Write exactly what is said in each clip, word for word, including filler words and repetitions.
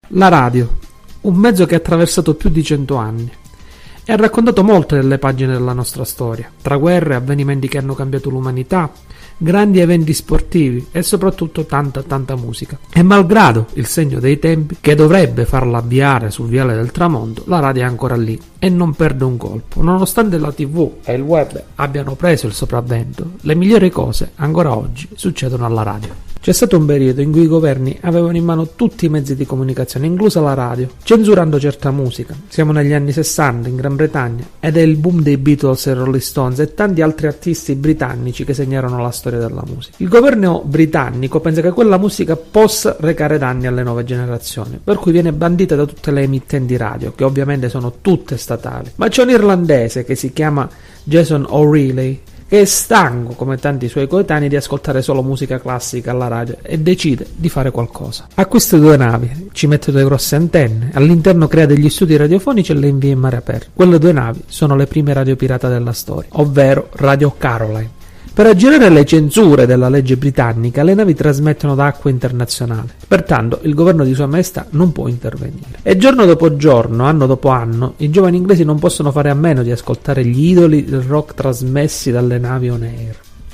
La radio, un mezzo che ha attraversato più di cento anni e ha raccontato molte delle pagine della nostra storia, tra guerre, avvenimenti che hanno cambiato l'umanità, grandi eventi sportivi e soprattutto tanta tanta musica. E malgrado il segno dei tempi che dovrebbe farla avviare sul viale del tramonto, la radio è ancora lì e non perde un colpo. Nonostante la tivù e il web abbiano preso il sopravvento, le migliori cose ancora oggi succedono alla radio. C'è stato un periodo in cui i governi avevano in mano tutti i mezzi di comunicazione, inclusa la radio, censurando certa musica. Siamo negli anni sessanta in Gran Bretagna ed è il boom dei Beatles e Rolling Stones e tanti altri artisti britannici che segnarono la storia della musica. Il governo britannico pensa che quella musica possa recare danni alle nuove generazioni, per cui viene bandita da tutte le emittenti radio, che ovviamente sono tutte statali. Ma c'è un irlandese che si chiama Jason O'Reilly, che è stanco, come tanti suoi coetanei, di ascoltare solo musica classica alla radio e decide di fare qualcosa. Acquista due navi, ci mette due grosse antenne, all'interno crea degli studi radiofonici e le invia in mare aperto. Quelle due navi sono le prime radio pirata della storia, ovvero Radio Caroline. Per aggirare le censure della legge britannica, le navi trasmettono da acque internazionali, pertanto il governo di Sua Maestà non può intervenire. E giorno dopo giorno, anno dopo anno, i giovani inglesi non possono fare a meno di ascoltare gli idoli del rock trasmessi dalle navi on air.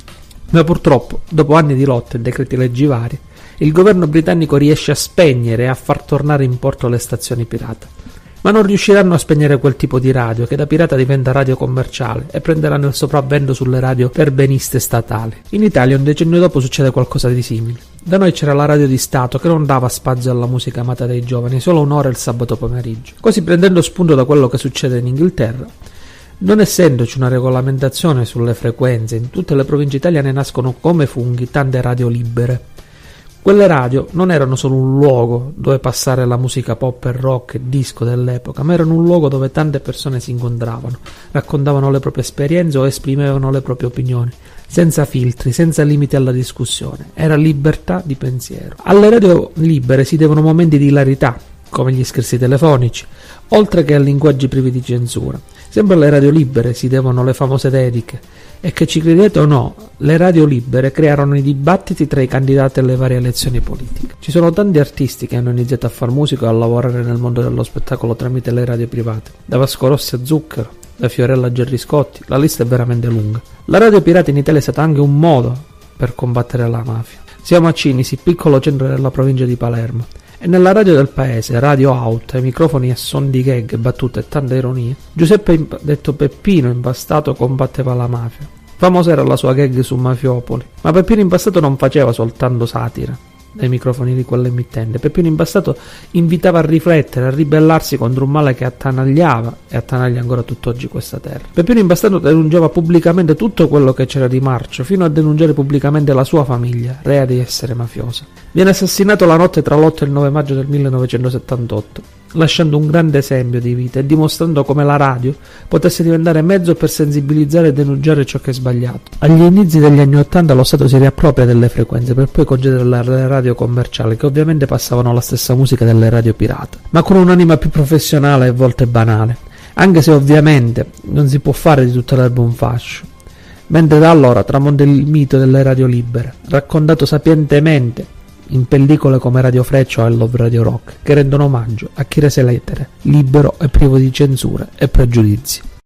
Ma purtroppo, dopo anni di lotte e decreti leggi vari, il governo britannico riesce a spegnere e a far tornare in porto le stazioni pirata. Ma non riusciranno a spegnere quel tipo di radio che da pirata diventa radio commerciale e prenderanno il sopravvento sulle radio perbeniste statali. In Italia un decennio dopo succede qualcosa di simile. Da noi c'era la radio di Stato che non dava spazio alla musica amata dai giovani, solo un'ora il sabato pomeriggio. Così, prendendo spunto da quello che succede in Inghilterra, non essendoci una regolamentazione sulle frequenze, in tutte le province italiane nascono come funghi tante radio libere. Quelle radio non erano solo un luogo dove passare la musica pop e rock e disco dell'epoca, ma erano un luogo dove tante persone si incontravano, raccontavano le proprie esperienze o esprimevano le proprie opinioni, senza filtri, senza limiti alla discussione. Era libertà di pensiero. Alle radio libere si devono momenti di hilarità, come gli scherzi telefonici, oltre che a linguaggi privi di censura. Sempre alle radio libere si devono le famose dediche, e che ci credete o no, le radio libere crearono i dibattiti tra i candidati alle varie elezioni politiche. Ci sono tanti artisti che hanno iniziato a far musica e a lavorare nel mondo dello spettacolo tramite le radio private, da Vasco Rossi a Zucchero, da Fiorella a Gerry Scotti, la lista è veramente lunga. La radio pirata in Italia è stata anche un modo per combattere la mafia. Siamo a Cinisi, piccolo centro della provincia di Palermo, e nella radio del paese, Radio Out, ai microfoni a son di gag, battute e tanta ironia, Giuseppe, detto Peppino Impastato, combatteva la mafia. Famosa era la sua gag su Mafiopoli, ma Peppino Impastato non faceva soltanto satira dai microfoni di quell'emittente. Peppino Impastato invitava a riflettere, a ribellarsi contro un male che attanagliava e attanaglia ancora tutt'oggi questa terra. Peppino Impastato denunciava pubblicamente tutto quello che c'era di marcio, fino a denunciare pubblicamente la sua famiglia, rea di essere mafiosa. Viene assassinato la notte tra l'otto e il nove maggio del millenovecentosettantotto, lasciando un grande esempio di vita e dimostrando come la radio potesse diventare mezzo per sensibilizzare e denunciare ciò che è sbagliato. Agli inizi degli anni ottanta lo Stato si riappropria delle frequenze per poi concedere le radio commerciali, che ovviamente passavano la stessa musica delle radio pirata, ma con un'anima più professionale e a volte banale, anche se ovviamente non si può fare di tutta l'erba un fascio. Mentre da allora tramonta il mito delle radio libere, raccontato sapientemente in pellicole come Radio Freccia o I Love Radio Rock, che rendono omaggio a chi rese l'etere libero e privo di censure e pregiudizi.